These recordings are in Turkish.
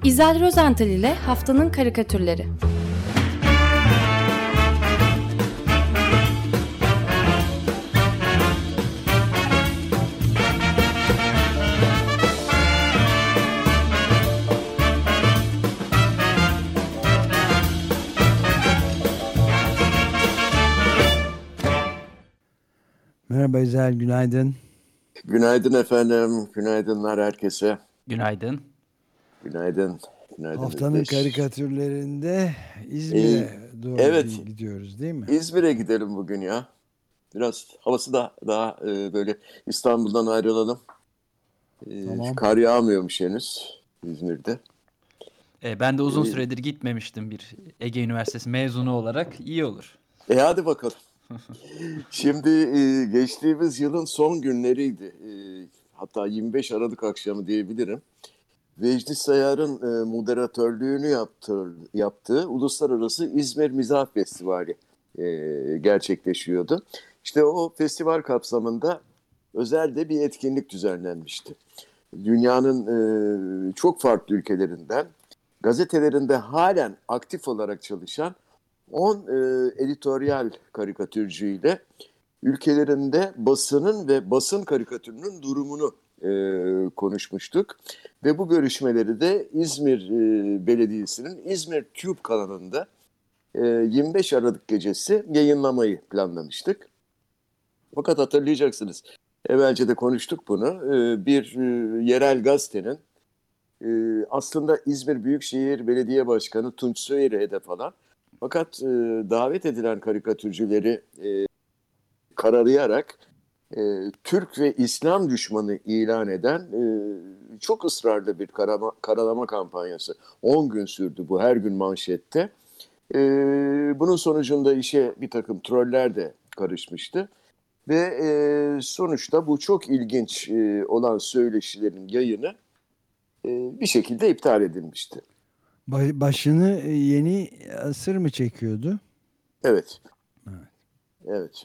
İzel Rozental ile Haftanın Karikatürleri. Merhaba İzel, günaydın. Günaydın efendim, günaydınlar herkese. Günaydın. Günaydın. Günaydın Haftanın Özdeş. karikatürlerinde İzmir'e doğru Evet, gidiyoruz değil mi? İzmir'e gidelim bugün ya. Biraz havası da daha böyle İstanbul'dan ayrılalım. Tamam. Kar yağmıyormuş henüz İzmir'de. Ben de uzun süredir gitmemiştim bir Ege Üniversitesi mezunu olarak. İyi olur. Hadi bakalım. Şimdi geçtiğimiz yılın son günleriydi. Hatta 25 Aralık akşamı diyebilirim. Vecdi Sayar'ın moderatörlüğünü yaptığı Uluslararası İzmir Mizah Festivali gerçekleşiyordu. İşte o festival kapsamında özel de bir etkinlik düzenlenmişti. Dünyanın çok farklı ülkelerinden gazetelerinde halen aktif olarak çalışan 10 editoryal karikatürcüyle ülkelerinde basının ve basın karikatürünün durumunu konuşmuştuk. Ve bu görüşmeleri de İzmir Belediyesi'nin İzmir Tube kanalında 25 Aralık gecesi yayınlamayı planlamıştık. Fakat hatırlayacaksınız, evvelce de konuştuk bunu. Bir yerel gazetenin aslında İzmir Büyükşehir Belediye Başkanı Tunç Soyer'i hedef alan, fakat davet edilen karikatürcüleri karalayarak Türk ve İslam düşmanı ilan eden çok ısrarlı bir karalama kampanyası. 10 gün sürdü bu, her gün manşette. Bunun sonucunda işe bir takım troller de karışmıştı. Ve sonuçta bu çok ilginç olan söyleşilerin yayını bir şekilde iptal edilmişti. Başını Yeni Asır mı çekiyordu? Evet. Evet.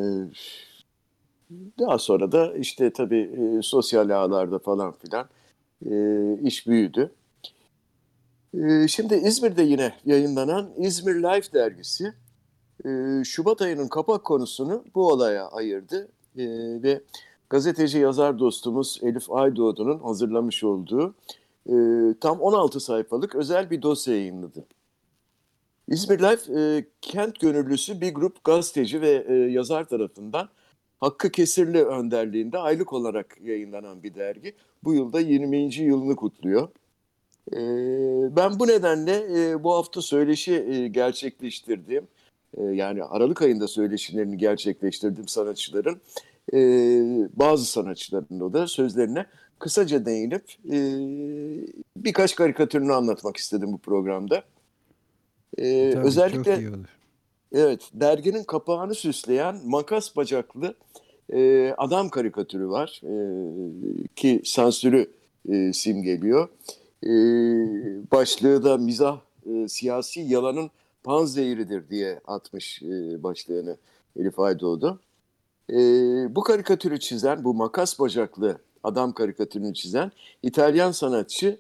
Daha sonra da işte tabii sosyal ağlarda falan filan iş büyüdü. Şimdi İzmir'de yine yayınlanan İzmir Life dergisi Şubat ayının kapak konusunu bu olaya ayırdı. Ve gazeteci yazar dostumuz Elif Aydoğdu'nun hazırlamış olduğu tam 16 sayfalık özel bir dosya yayınladı. İzmir Life, kent gönüllüsü bir grup gazeteci ve yazar tarafından Hakkı Kesirli önderliğinde aylık olarak yayınlanan bir dergi. Bu yılda 20. yılını kutluyor. Ben bu nedenle bu hafta söyleşi gerçekleştirdiğim, yani Aralık ayında söyleşilerini gerçekleştirdiğim sanatçıların, bazı sanatçıların da sözlerine kısaca değinip birkaç karikatürünü anlatmak istedim bu programda. Tabii, Özellikle çok iyi olur. evet, derginin kapağını süsleyen makas bacaklı adam karikatürü var ki sansürü simgeliyor. Başlığı da mizah siyasi yalanın panzehiridir diye atmış başlığını Elif Aydoğdu. Bu karikatürü çizen, bu makas bacaklı adam karikatürünü çizen İtalyan sanatçı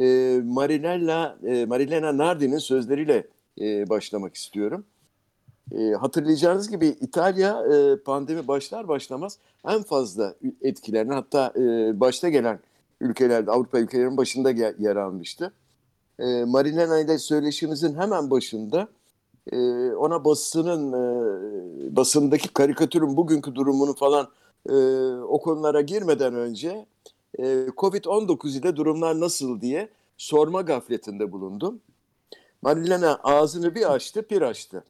Marilena Nardi'nin sözleriyle başlamak istiyorum. Hatırlayacağınız gibi İtalya pandemi başlar başlamaz en fazla etkilenen, hatta başta gelen ülkelerde, Avrupa ülkelerinin başında yer almıştı. Marilena ile söyleşimizin hemen başında ona basındaki karikatürün bugünkü durumunu falan o konulara girmeden önce Covid-19 ile durumlar nasıl diye sorma gafletinde bulundum. Marilena ağzını bir açtı, bir açtı.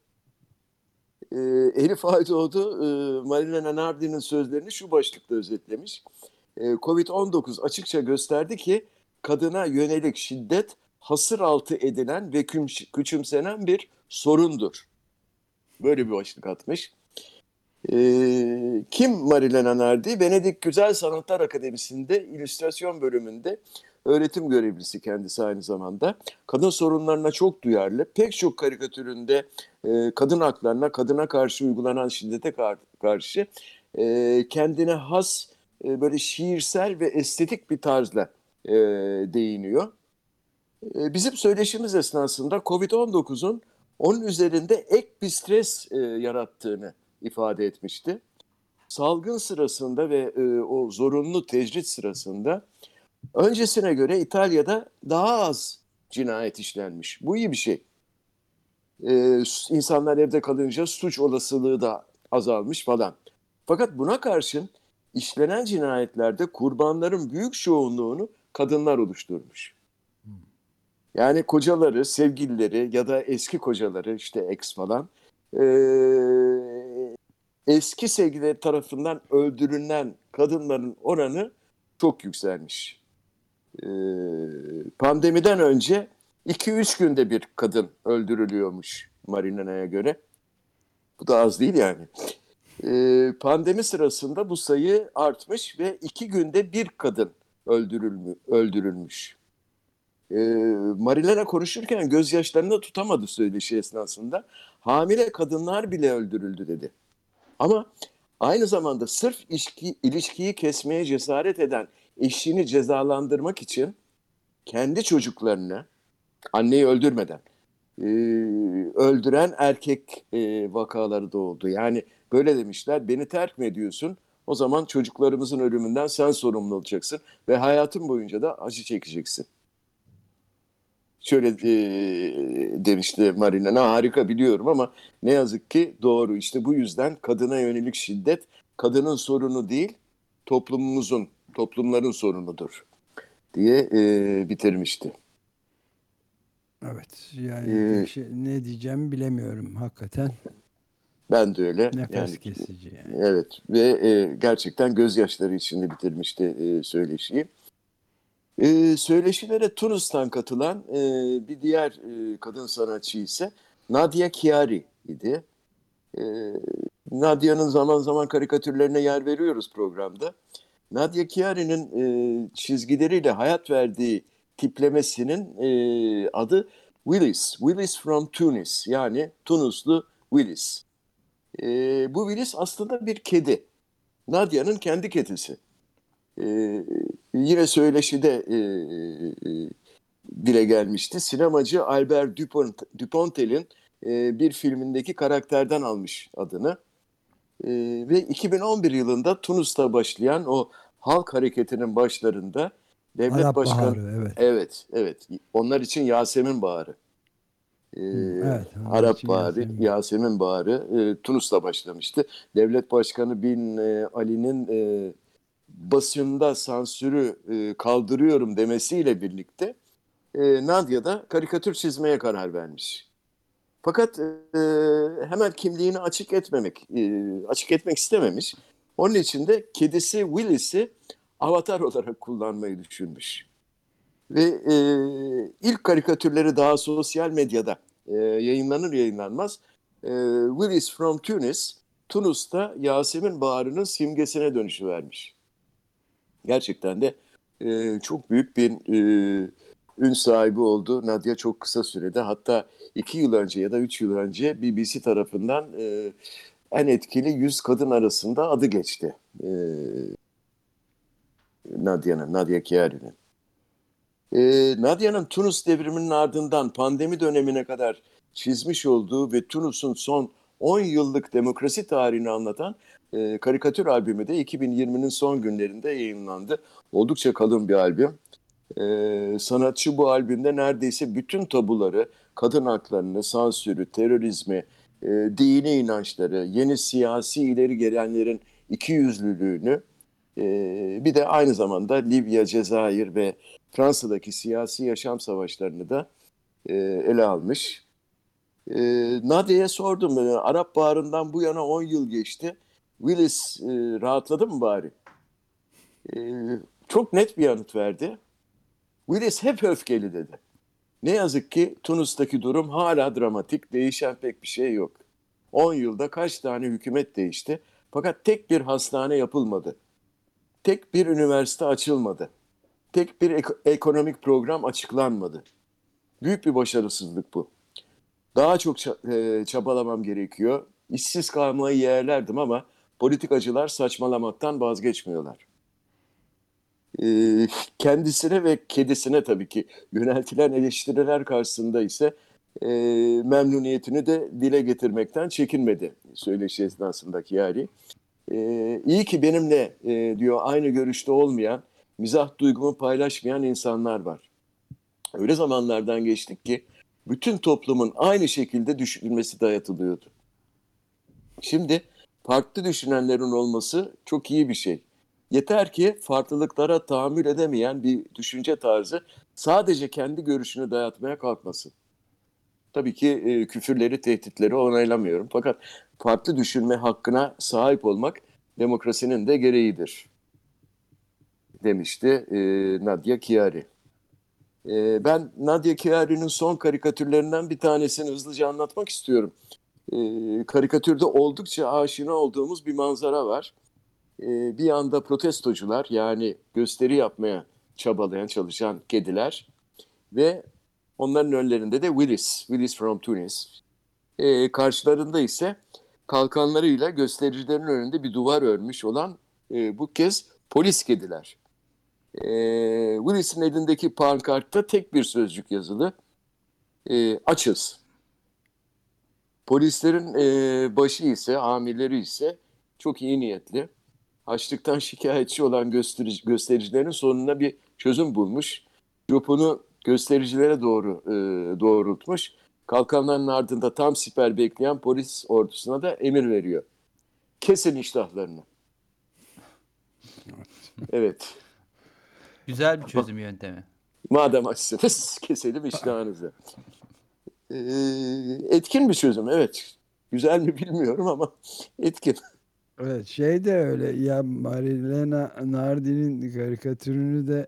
Elif Aydoğdu Marilena Nardi'nin sözlerini şu başlıkla özetlemiş. Covid-19 açıkça gösterdi ki kadına yönelik şiddet hasır altı edilen ve küçümsenen bir sorundur. Böyle bir başlık atmış. Kim Marilena Nardi? Venedik Güzel Sanatlar Akademisi'nde illüstrasyon bölümünde öğretim görevlisi kendisi aynı zamanda. Kadın sorunlarına çok duyarlı. Pek çok karikatüründe kadın haklarına, kadına karşı uygulanan şiddete karşı kendine has böyle şiirsel ve estetik bir tarzla değiniyor. Bizim söyleşimiz esnasında Covid-19'un onun üzerinde ek bir stres yarattığını ifade etmişti. Salgın sırasında ve o zorunlu tecrit sırasında öncesine göre İtalya'da daha az cinayet işlenmiş. Bu iyi bir şey. İnsanlar evde kalınca suç olasılığı da azalmış falan. Fakat buna karşın işlenen cinayetlerde kurbanların büyük çoğunluğunu kadınlar oluşturmuş. Yani kocaları, sevgilileri ya da eski kocaları, işte ex falan, eski sevgilileri tarafından öldürülen kadınların oranı çok yükselmiş. Pandemiden önce 2-3 günde bir kadın öldürülüyormuş Marina'ya göre. Bu da az değil yani. Pandemi sırasında bu sayı artmış ve 2 günde bir kadın öldürülmüş. Marilena konuşurken gözyaşlarını da tutamadı söyleşi esnasında. Hamile kadınlar bile öldürüldü dedi. Ama aynı zamanda sırf ilişkiyi kesmeye cesaret eden eşini cezalandırmak için kendi çocuklarını, anneyi öldürmeden, öldüren erkek vakaları da oldu. Yani böyle demişler, beni terk mi ediyorsun? O zaman çocuklarımızın ölümünden sen sorumlu olacaksın ve hayatın boyunca da acı çekeceksin. Şöyle demişti Marina, harika biliyorum ama ne yazık ki doğru. İşte bu yüzden kadına yönelik şiddet kadının sorunu değil, toplumların sorunudur diye bitirmişti. Evet, yani ne diyeceğimi bilemiyorum hakikaten. Ben de öyle. Nefes kesici yani. Evet ve gerçekten gözyaşları içinde bitirmişti söyleşiyi. Söyleşilere Tunus'tan katılan bir diğer kadın sanatçı ise Nadia Chiari idi. Nadia'nın zaman zaman karikatürlerine yer veriyoruz programda. Nadia Chiari'nin çizgileriyle hayat verdiği tiplemesinin adı Willis. Willis from Tunis, yani Tunuslu Willis. Bu Willis aslında bir kedi. Nadia'nın kendi kedisi. Yine söyleşide dile gelmişti. Sinemacı Albert Dupontel'in bir filmindeki karakterden almış adını. Ve 2011 yılında Tunus'ta başlayan o halk hareketinin başlarında devlet Arap başkanı... Baharı, evet. Evet. Onlar için Yasemin Baharı. Evet, Arap Baharı, Yasemin Baharı Tunus'ta başlamıştı. Devlet Başkanı Bin Ali'nin basında sansürü kaldırıyorum demesiyle birlikte Nadia da karikatür çizmeye karar vermiş. Fakat hemen kimliğini açık etmek istememiş. Onun için de kedisi Willis'i avatar olarak kullanmayı düşünmüş. Ve ilk karikatürleri daha sosyal medyada yayınlanır yayınlanmaz Willis from Tunis, Tunus'ta Yasemin Baharı'nın simgesine dönüşüvermiş. Gerçekten de çok büyük bir ün sahibi oldu Nadia çok kısa sürede. Hatta 2 yıl önce ya da 3 yıl önce BBC tarafından en etkili 100 kadın arasında adı geçti. Nadia Chiari'nin. Nadia'nın Tunus devriminin ardından pandemi dönemine kadar çizmiş olduğu ve Tunus'un son 10 yıllık demokrasi tarihini anlatan karikatür albümü de 2020'nin son günlerinde yayınlandı. Oldukça kalın bir albüm. Sanatçı bu albümde neredeyse bütün tabuları, kadın haklarını, sansürü, terörizmi, dini inançları, yeni siyasi ileri gelenlerin ikiyüzlülüğünü, bir de aynı zamanda Libya, Cezayir ve Fransa'daki siyasi yaşam savaşlarını da ele almış. Nadia'ya sordum, Arap Baharı'ndan bu yana 10 yıl geçti. Willis rahatladı mı bari? Çok net bir yanıt verdi. Willis hep öfkeli dedi. Ne yazık ki Tunus'taki durum hala dramatik, değişen pek bir şey yok. 10 yılda kaç tane hükümet değişti, fakat tek bir hastane yapılmadı. Tek bir üniversite açılmadı. Tek bir ekonomik program açıklanmadı. Büyük bir başarısızlık bu. Daha çok çabalamam gerekiyor. İşsiz kalmayı yeğlerdim ama politikacılar saçmalamaktan vazgeçmiyorlar. Kendisine ve kedisine tabii ki yöneltilen eleştiriler karşısında ise memnuniyetini de dile getirmekten çekinmedi söyleşi esnasında Chiari. İyi ki benimle diyor aynı görüşte olmayan, mizah duygumu paylaşmayan insanlar var. Öyle zamanlardan geçtik ki bütün toplumun aynı şekilde düşünülmesi dayatılıyordu. Şimdi farklı düşünenlerin olması çok iyi bir şey. Yeter ki farklılıklara tahammül edemeyen bir düşünce tarzı sadece kendi görüşünü dayatmaya kalkmasın. Tabii ki küfürleri, tehditleri onaylamıyorum. Fakat farklı düşünme hakkına sahip olmak demokrasinin de gereğidir demişti Nadia Chiari. Ben Nadia Chiari'nin son karikatürlerinden bir tanesini hızlıca anlatmak istiyorum. Karikatürde oldukça aşina olduğumuz bir manzara var. Bir yanda protestocular, yani gösteri yapmaya çabalayan, çalışan kediler ve onların önlerinde de Willis from Tunis. Karşılarında ise kalkanlarıyla göstericilerin önünde bir duvar örmüş olan bu kez polis kediler. Willis'in elindeki pankartta tek bir sözcük yazılı. Açız. Polislerin başı ise, amirleri ise çok iyi niyetli. Açlıktan şikayetçi olan göstericilerin sonuna bir çözüm bulmuş. Jopunu göstericilere doğru doğrultmuş. Kalkanların ardında tam siper bekleyen polis ordusuna da emir veriyor. Kesin iştahlarını. Evet. Güzel bir çözüm yöntemi. Madem açsınız keselim iştahınızı. Etkin bir çözüm, evet. Güzel mi bilmiyorum ama etkin. Evet, şey de öyle ya, Marilena Nardi'nin karikatürünü de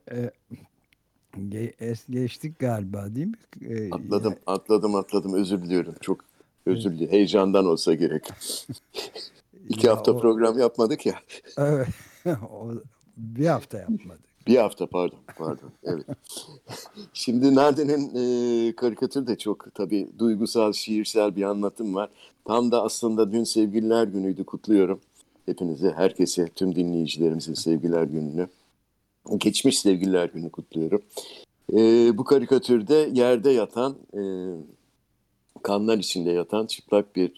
geçtik galiba, değil mi? Atladım. Özür diliyorum. Çok Evet. özür diliyorum. Heyecandan olsa gerek. İki Ya hafta program yapmadık ya. evet. Bir hafta yapmadık. Bir hafta pardon. Evet. Şimdi Nardi'nin karikatürü de çok tabii duygusal, şiirsel bir anlatım var. Tam da aslında dün Sevgililer Günü'ydü, kutluyorum. Hepinize, herkese, tüm dinleyicilerimize Sevgililer Günü'nü. Geçmiş Sevgililer Günü kutluyorum. Bu karikatürde yerde yatan, kanlar içinde yatan çıplak bir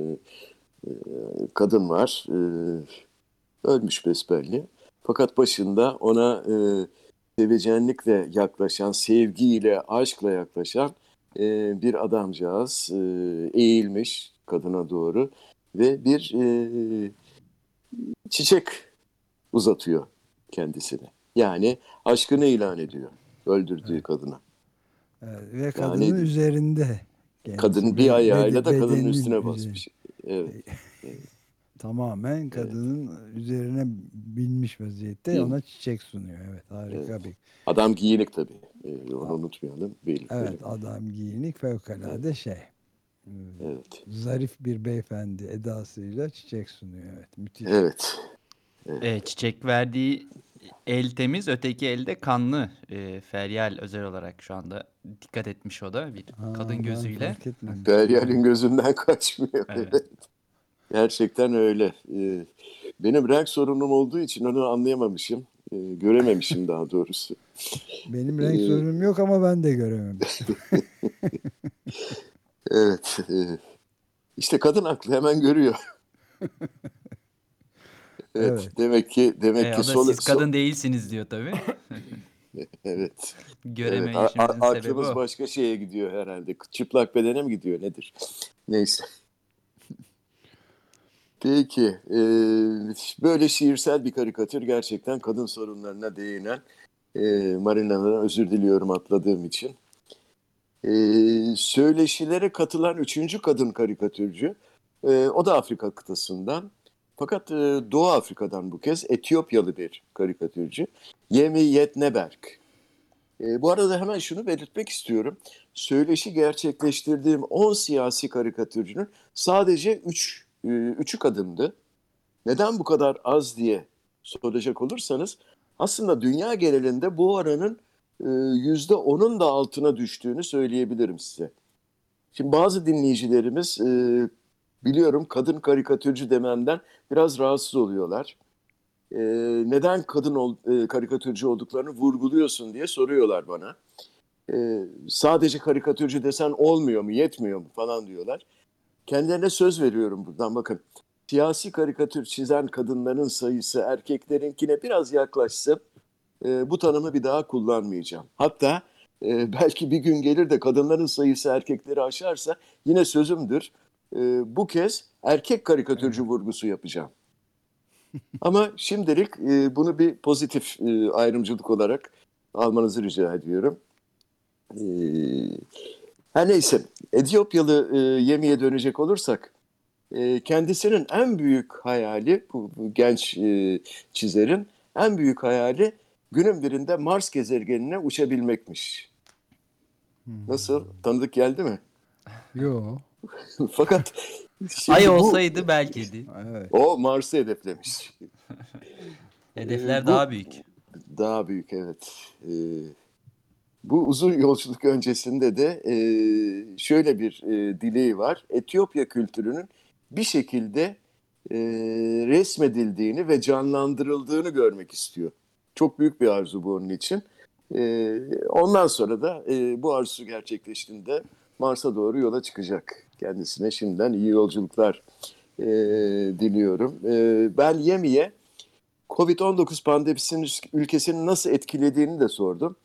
kadın var. Ölmüş besbelli. Fakat başında ona sevecenlikle yaklaşan, sevgiyle, aşkla yaklaşan bir adamcağız eğilmiş kadına doğru ve bir çiçek uzatıyor kendisine. Yani aşkını ilan ediyor öldürdüğü kadına. Evet, ve kadının üzerinde. Kadın bir ayağıyla da kadının bedenin üstüne üzerinde. basmış. Evet. Tamamen kadının üzerine binmiş vaziyette Bin. ona çiçek sunuyor. Evet, harika Evet. bir. Adam giyinik tabii. Onu unutmayalım. Evet, adam giyinik, fevkalade şey. Evet. Zarif bir beyefendi edasıyla çiçek sunuyor. Evet, müthiş. Evet. Çiçek verdiği el temiz, öteki elde kanlı. Feryal özel olarak şu anda dikkat etmiş o da bir kadın Ben gözüyle. fark etmemiştim. Feryal'in gözünden kaçmıyor. Evet. Evet. Gerçekten öyle. Benim renk sorunum olduğu için onu anlayamamışım. Görememişim daha doğrusu. Benim renk sorunum yok ama ben de görememiştim. Evet. İşte kadın aklı hemen görüyor. Evet. Evet. Demek ki O da siz kadın değilsiniz diyor tabii. Evet. Evet. Göremeyişimizin sebebi Aklımız o. başka şeye gidiyor herhalde. Çıplak bedene mi gidiyor, nedir? Neyse. Peki. Böyle şiirsel bir karikatür, gerçekten kadın sorunlarına değinen. Marina'dan özür diliyorum atladığım için. Söyleşilere katılan üçüncü kadın karikatürcü. O da Afrika kıtasından. Fakat Doğu Afrika'dan bu kez Etiyopyalı bir karikatürcü. Yemi Yetneberg. Bu arada hemen şunu belirtmek istiyorum. Söyleşi gerçekleştirdiğim 10 siyasi karikatürcünün sadece 3'ü kadındı. Neden bu kadar az diye soracak olursanız, aslında dünya genelinde bu oranın %10'un da altına düştüğünü söyleyebilirim size. Şimdi bazı dinleyicilerimiz biliyorum kadın karikatürcü dememden biraz rahatsız oluyorlar. neden karikatürcü olduklarını vurguluyorsun diye soruyorlar bana. Sadece karikatürcü desen olmuyor mu, yetmiyor mu falan diyorlar. Kendilerine söz veriyorum buradan, bakın. Siyasi karikatür çizen kadınların sayısı erkeklerinkine biraz yaklaşsa bu tanımı bir daha kullanmayacağım. Hatta belki bir gün gelir de kadınların sayısı erkekleri aşarsa yine sözümdür. Bu kez erkek karikatürcü vurgusu yapacağım. Ama şimdilik bunu bir pozitif ayrımcılık olarak almanızı rica ediyorum. Her neyse, Etiyopyalı Yemi'ye dönecek olursak, kendisinin en büyük hayali, bu genç çizerin en büyük hayali günün birinde Mars gezegenine uçabilmekmiş. Nasıl? Tanıdık geldi mi? Yo. Fakat şimdi Ay bu, olsaydı belki. Evet. o Mars'ı hedeflemiş. Hedefler Bu daha büyük. daha büyük, evet. Bu uzun yolculuk öncesinde de şöyle bir dileği var. Etiyopya kültürünün bir şekilde resmedildiğini ve canlandırıldığını görmek istiyor. Çok büyük bir arzu bu onun için. Ondan sonra da bu arzusu gerçekleştiğinde Mars'a doğru yola çıkacak. Kendisine şimdiden iyi yolculuklar diliyorum. Ben Yemi'ye Covid-19 pandemisinin ülkesini nasıl etkilediğini de sordum.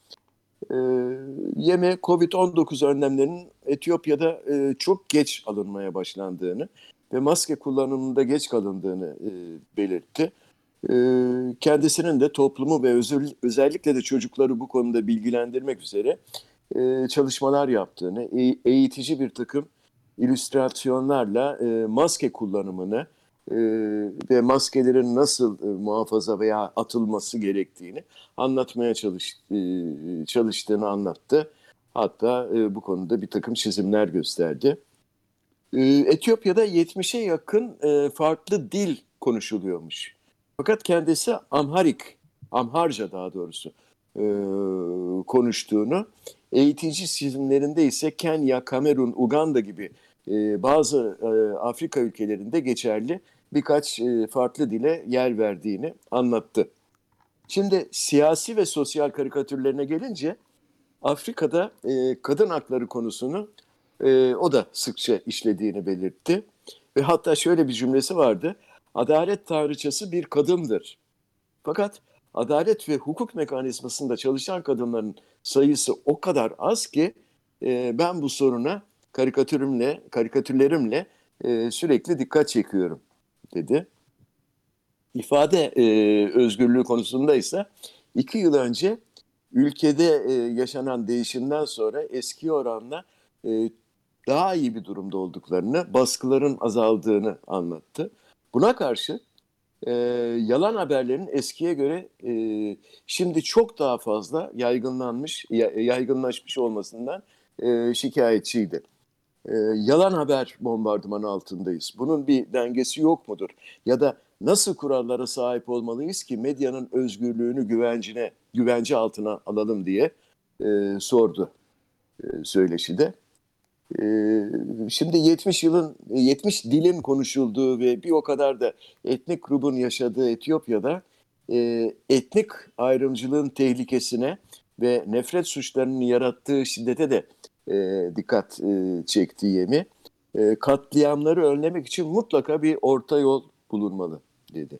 Yeme Covid-19 önlemlerinin Etiyopya'da çok geç alınmaya başlandığını ve maske kullanımında geç kalındığını belirtti. Kendisinin de toplumu ve özellikle de çocukları bu konuda bilgilendirmek üzere çalışmalar yaptığını, eğitici bir takım illüstrasyonlarla maske kullanımını ve maskelerin nasıl muhafaza veya atılması gerektiğini anlatmaya çalıştığını anlattı. Hatta bu konuda bir takım çizimler gösterdi. Etiyopya'da 70'e yakın farklı dil konuşuluyormuş. Fakat kendisi Amharca daha doğrusu konuştuğunu, eğitici çizimlerinde ise Kenya, Kamerun, Uganda gibi bazı Afrika ülkelerinde geçerli birkaç farklı dile yer verdiğini anlattı. Şimdi siyasi ve sosyal karikatürlerine gelince Afrika'da kadın hakları konusunu o da sıkça işlediğini belirtti. Ve hatta şöyle bir cümlesi vardı. Adalet tanrıçası bir kadındır. Fakat adalet ve hukuk mekanizmasında çalışan kadınların sayısı o kadar az ki ben bu soruna karikatürlerimle sürekli dikkat çekiyorum dedi. İfade özgürlüğü konusunda ise 2 yıl önce ülkede yaşanan değişimden sonra eski oranla daha iyi bir durumda olduklarını, baskıların azaldığını anlattı. Buna karşı yalan haberlerin eskiye göre şimdi çok daha fazla yaygınlaşmış olmasından şikayetçiydi. Yalan haber bombardımanı altındayız. Bunun bir dengesi yok mudur? Ya da nasıl kurallara sahip olmalıyız ki medyanın özgürlüğünü güvence altına alalım diye sordu söyleşide. Şimdi 70 dilin konuşulduğu ve bir o kadar da etnik grubun yaşadığı Etiyopya'da etnik ayrımcılığın tehlikesine ve nefret suçlarının yarattığı şiddete de dikkat çekti Yemi. Katliamları önlemek için mutlaka bir orta yol bulunmalı dedi.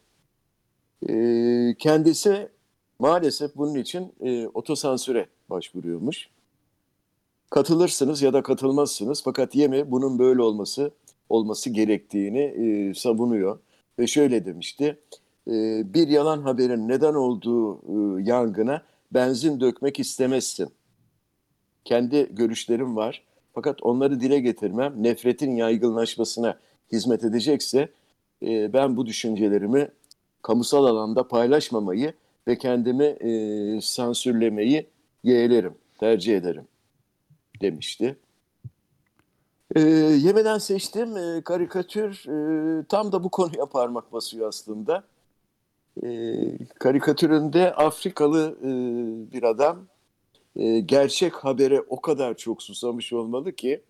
Kendisi maalesef bunun için otosansüre başvuruyormuş. Katılırsınız ya da katılmazsınız fakat Yemi bunun böyle olması gerektiğini savunuyor. Ve şöyle demişti, bir yalan haberin neden olduğu yangına benzin dökmek istemezsin. Kendi görüşlerim var fakat onları dile getirmem nefretin yaygınlaşmasına hizmet edecekse ben bu düşüncelerimi kamusal alanda paylaşmamayı ve kendimi sansürlemeyi yeğlerim, tercih ederim demişti. Yemen'den seçtiğim karikatür tam da bu konuya parmak basıyor aslında. Karikatüründe Afrikalı bir adam gerçek habere o kadar çok susamış olmalı ki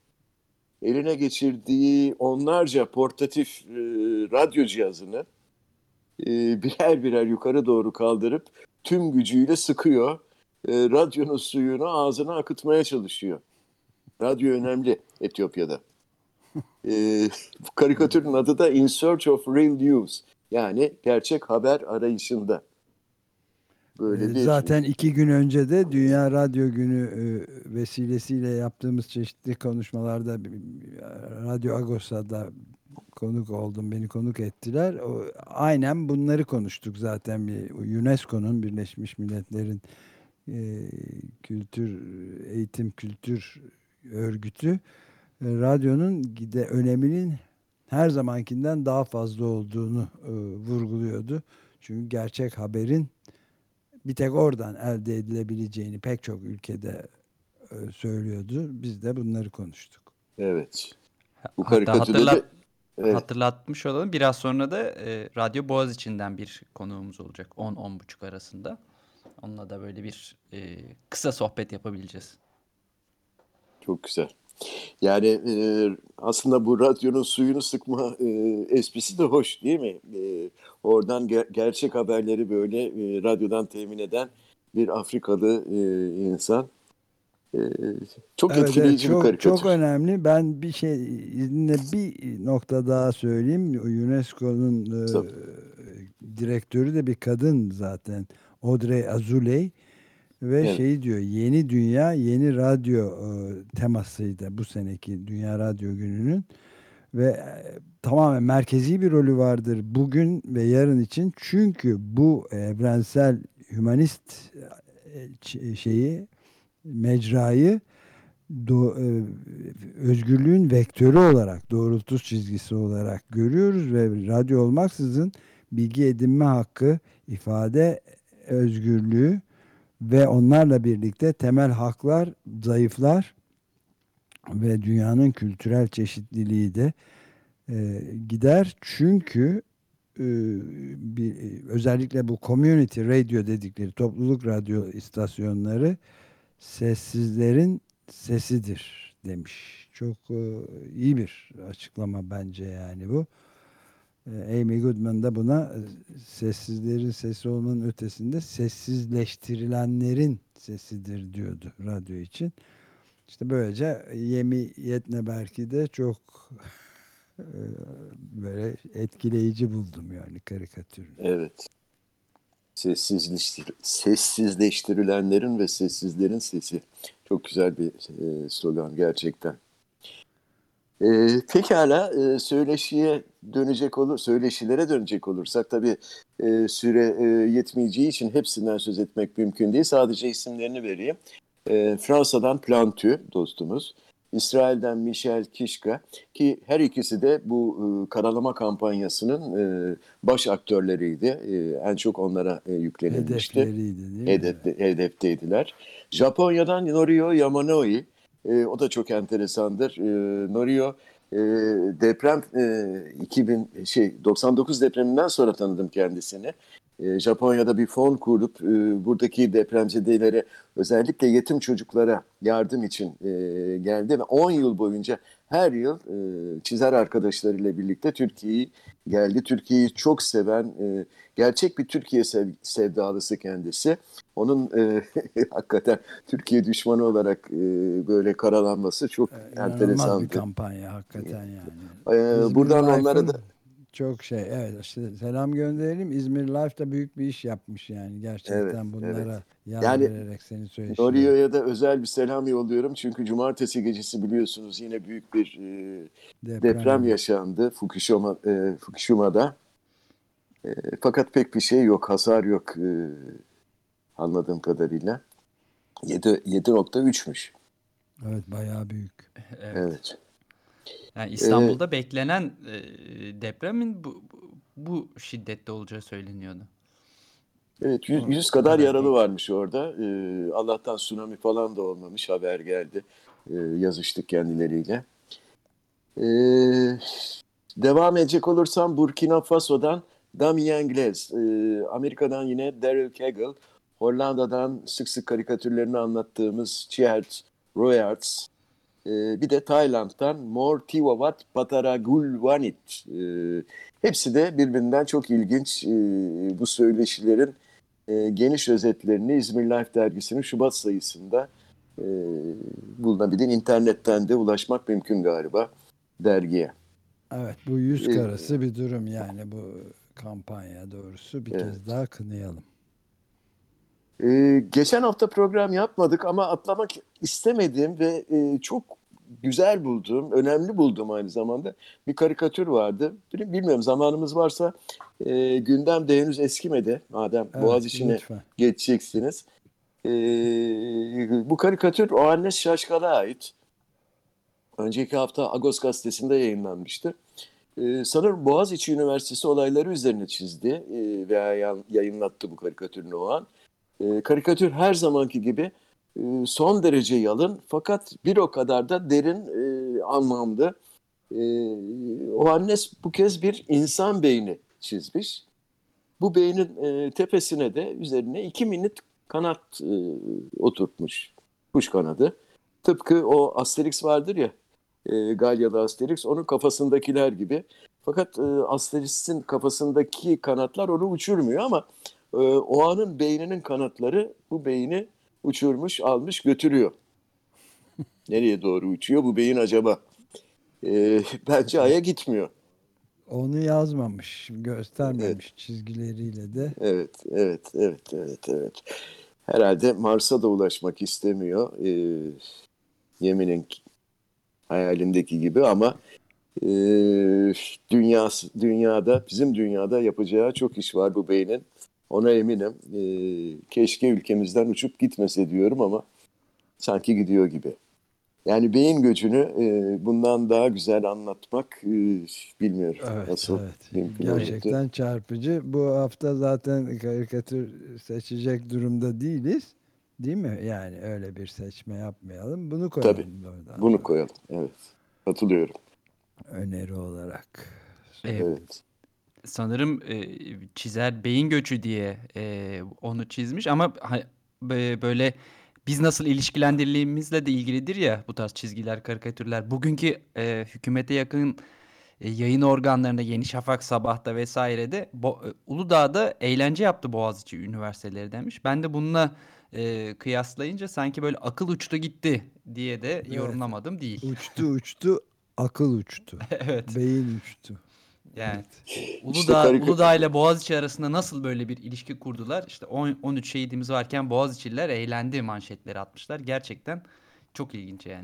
eline geçirdiği onlarca portatif radyo cihazını birer birer yukarı doğru kaldırıp tüm gücüyle sıkıyor. Radyonun suyunu ağzına akıtmaya çalışıyor. Radyo önemli Etiyopya'da. Bu karikatürün adı da In Search of Real News. Yani gerçek haber arayışında. Böyle bir... Zaten 2 gün önce de Dünya Radyo Günü vesilesiyle yaptığımız çeşitli konuşmalarda Radyo Agosa'da konuk oldum. Beni konuk ettiler. Aynen bunları konuştuk zaten. UNESCO'nun, Birleşmiş Milletler'in eğitim kültür örgütü radyonun öneminin her zamankinden daha fazla olduğunu vurguluyordu. Çünkü gerçek haberin bir tek oradan elde edilebileceğini pek çok ülkede söylüyordu. Biz de bunları konuştuk. Evet. Bu Hatta karikatürde de... Evet. hatırlatmış olalım. Biraz sonra da Radyo Boğaziçi'nden bir konuğumuz olacak. 10-10.30 arasında. Onunla da böyle bir kısa sohbet yapabileceğiz. Çok güzel. Yani aslında bu radyonun suyunu sıkma esprisi de hoş değil mi? Oradan gerçek haberleri böyle radyodan temin eden bir Afrikalı insan. Çok Evet, etkileyici bir karikatür. Çok önemli. Ben yine bir nokta daha söyleyeyim. UNESCO'nun direktörü de bir kadın zaten. Audrey Azoulay. Ve Evet. diyor, yeni dünya, yeni radyo temasıydı bu seneki Dünya Radyo Günü'nün. Ve tamamen merkezi bir rolü vardır bugün ve yarın için. Çünkü bu evrensel hümanist mecrayı özgürlüğün vektörü olarak, doğrultusu çizgisi olarak görüyoruz ve radyo olmaksızın bilgi edinme hakkı, ifade özgürlüğü ve onlarla birlikte temel haklar zayıflar ve dünyanın kültürel çeşitliliği de gider. Çünkü özellikle bu community radio dedikleri topluluk radyo istasyonları sessizlerin sesidir demiş. Çok iyi bir açıklama bence yani bu. Amy Goodman da buna sessizlerin sesi olmanın ötesinde sessizleştirilenlerin sesidir diyordu radyo için. İşte böylece Yemi Yetne belki de çok böyle etkileyici buldum yani karikatürü. Evet. Sessizleştirilenlerin ve sessizlerin sesi. Çok güzel bir slogan gerçekten. Pekala söyleşilere dönecek olursak tabii süre yetmeyeceği için hepsinden söz etmek mümkün değil. Sadece isimlerini vereyim. Fransa'dan Plantu dostumuz, İsrail'den Michel Kishka ki her ikisi de bu karalama kampanyasının baş aktörleriydi. En çok onlara yüklenilmişti. Hedefleriydi değil mi? Hedefteydiler. Japonya'dan Norio Yamanoi. O da çok enteresandır. Norio deprem 99 depreminden sonra tanıdım kendisini. Japonya'da bir fon kurup buradaki depremzedelere özellikle yetim çocuklara yardım için geldi ve 10 yıl boyunca her yıl çizer arkadaşlarıyla birlikte Türkiye'yi geldi. Türkiye'yi çok seven gerçek bir Türkiye sevdalısı kendisi. Onun hakikaten Türkiye düşmanı olarak böyle karalanması çok enteresandı. İnanılmaz bir kampanya hakikaten yani. Buradan onlara da çok evet işte selam gönderelim. İzmir Life'da büyük bir iş yapmış yani gerçekten evet, bunlara evet. yan vererek seni söyleşiyor. Norio'ya da özel bir selam yolluyorum çünkü cumartesi gecesi biliyorsunuz yine büyük bir deprem yaşandı Fukushima'da. Fakat pek bir şey yok, hasar yok anladığım kadarıyla. 7.3'müş. Evet, bayağı büyük. Evet. Yani İstanbul'da beklenen depremin bu şiddette olacağı söyleniyordu. Evet, 100 kadar yaralı varmış orada. Allah'tan tsunami falan da olmamış, haber geldi. Yazıştık kendileriyle. Devam edecek olursam Burkina Faso'dan Damien Glaise, Amerika'dan yine Daryl Cagle, Hollanda'dan sık sık karikatürlerini anlattığımız Tjeerd Royaerts, Bir de Tayland'dan Mor Tiwavat Pataragulwanit. Hepsi de birbirinden çok ilginç bu söyleşilerin geniş özetlerini İzmir Life dergisinin Şubat sayısında bulunabilir. İnternetten de ulaşmak mümkün galiba dergiye. Evet, bu yüz karası bir durum yani, bu kampanya doğrusu bir kez daha kınayalım. Geçen hafta program yapmadık ama atlamak istemediğim ve çok güzel bulduğum, önemli bulduğum aynı zamanda bir karikatür vardı. Bilmiyorum, zamanımız varsa gündem de henüz eskimedi. Madem Evet, Boğaziçi'ne lütfen. geçeceksiniz. Bu karikatür Oannes Şaşkal'a ait. Önceki hafta Agos gazetesinde yayınlanmıştı. Sanırım Boğaziçi Üniversitesi olayları üzerine çizdi veya yayınlattı bu karikatürünü o an. Karikatür her zamanki gibi son derece yalın fakat bir o kadar da derin anlamlı. Oannes bu kez bir insan beyni çizmiş. Bu beynin tepesine de üzerine 2 minik kanat oturtmuş. Kuş kanadı. Tıpkı o Asterix vardır ya, Galyalı Asterix, onun kafasındakiler gibi. Fakat Asterix'in kafasındaki kanatlar onu uçurmuyor ama o anın beyninin kanatları bu beyni uçurmuş, almış, götürüyor. Nereye doğru uçuyor bu beyin acaba? Bence Ay'a gitmiyor. Onu yazmamış, göstermemiş çizgileriyle de. Evet. Herhalde Mars'a da ulaşmak istemiyor. Yemin'in hayalindeki gibi ama bizim dünyada yapacağı çok iş var bu beynin. Ona eminim. Keşke ülkemizden uçup gitmese diyorum ama sanki gidiyor gibi. Yani beyin göçünü bundan daha güzel anlatmak bilmiyorum nasıl mümkün Gerçekten olacaktı. çarpıcı. Bu hafta zaten karikatür seçecek durumda değiliz. Değil mi? Yani öyle bir seçme yapmayalım. Bunu koyalım. Tabii. Oradan Bunu sonra. koyalım. Evet. Katılıyorum. Öneri olarak. Evet. Sanırım çizer beyin göçü diye onu çizmiş ama böyle biz nasıl ilişkilendirildiğimizle de ilgilidir ya bu tarz çizgiler, karikatürler. Bugünkü hükümete yakın yayın organlarında, Yeni Şafak, Sabah'ta vesairede Uludağ'da eğlence yaptı Boğaziçi Üniversiteleri demiş. Ben de bununla kıyaslayınca sanki böyle akıl uçtu gitti diye de yorumlamadım değil. Uçtu, akıl uçtu. Evet. Beyin uçtu. Yani İşte Uludağ ile Boğaziçi arasında nasıl böyle bir ilişki kurdular? İşte 13 şehidimiz varken Boğaziçi'liler eğlendi manşetleri atmışlar. Gerçekten çok ilginç yani.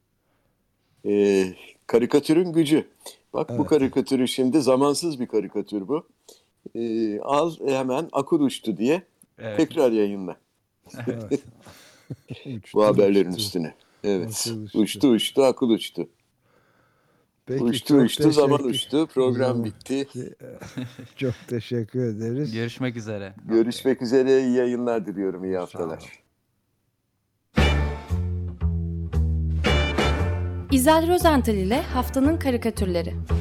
Karikatürün gücü. Bak bu Evet. karikatürü şimdi, zamansız bir karikatür bu. Al hemen akıl uçtu diye tekrar yayınla. Evet. Bu haberlerin üstüne. Evet. Uçtu, akıl uçtu. Peki, Uçtu, zaman uçtu, program bitti. Çok teşekkür ederiz. Görüşmek üzere. Görüşmek üzere, iyi yayınlar diliyorum, iyi haftalar. İzel Rozental ile Haftanın Karikatürleri.